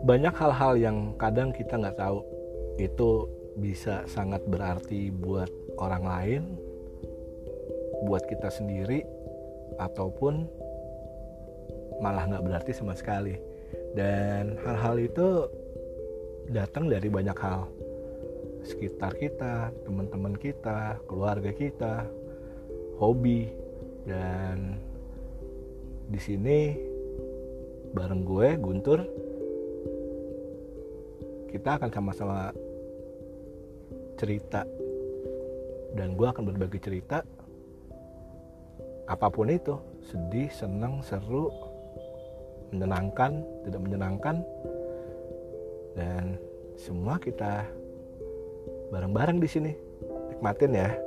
banyak hal-hal yang kadang kita nggak tahu itu bisa sangat berarti buat orang lain, buat kita sendiri, ataupun malah nggak berarti sama sekali. Dan hal-hal itu datang dari banyak hal, sekitar kita, teman-teman kita, keluarga kita, hobi. Dan di sini bareng gue Guntur, kita akan sama-sama cerita, dan gue akan berbagi cerita apapun itu, sedih, senang, seru, menyenangkan, tidak menyenangkan, dan semua kita bareng-bareng di sini. Nikmatin ya.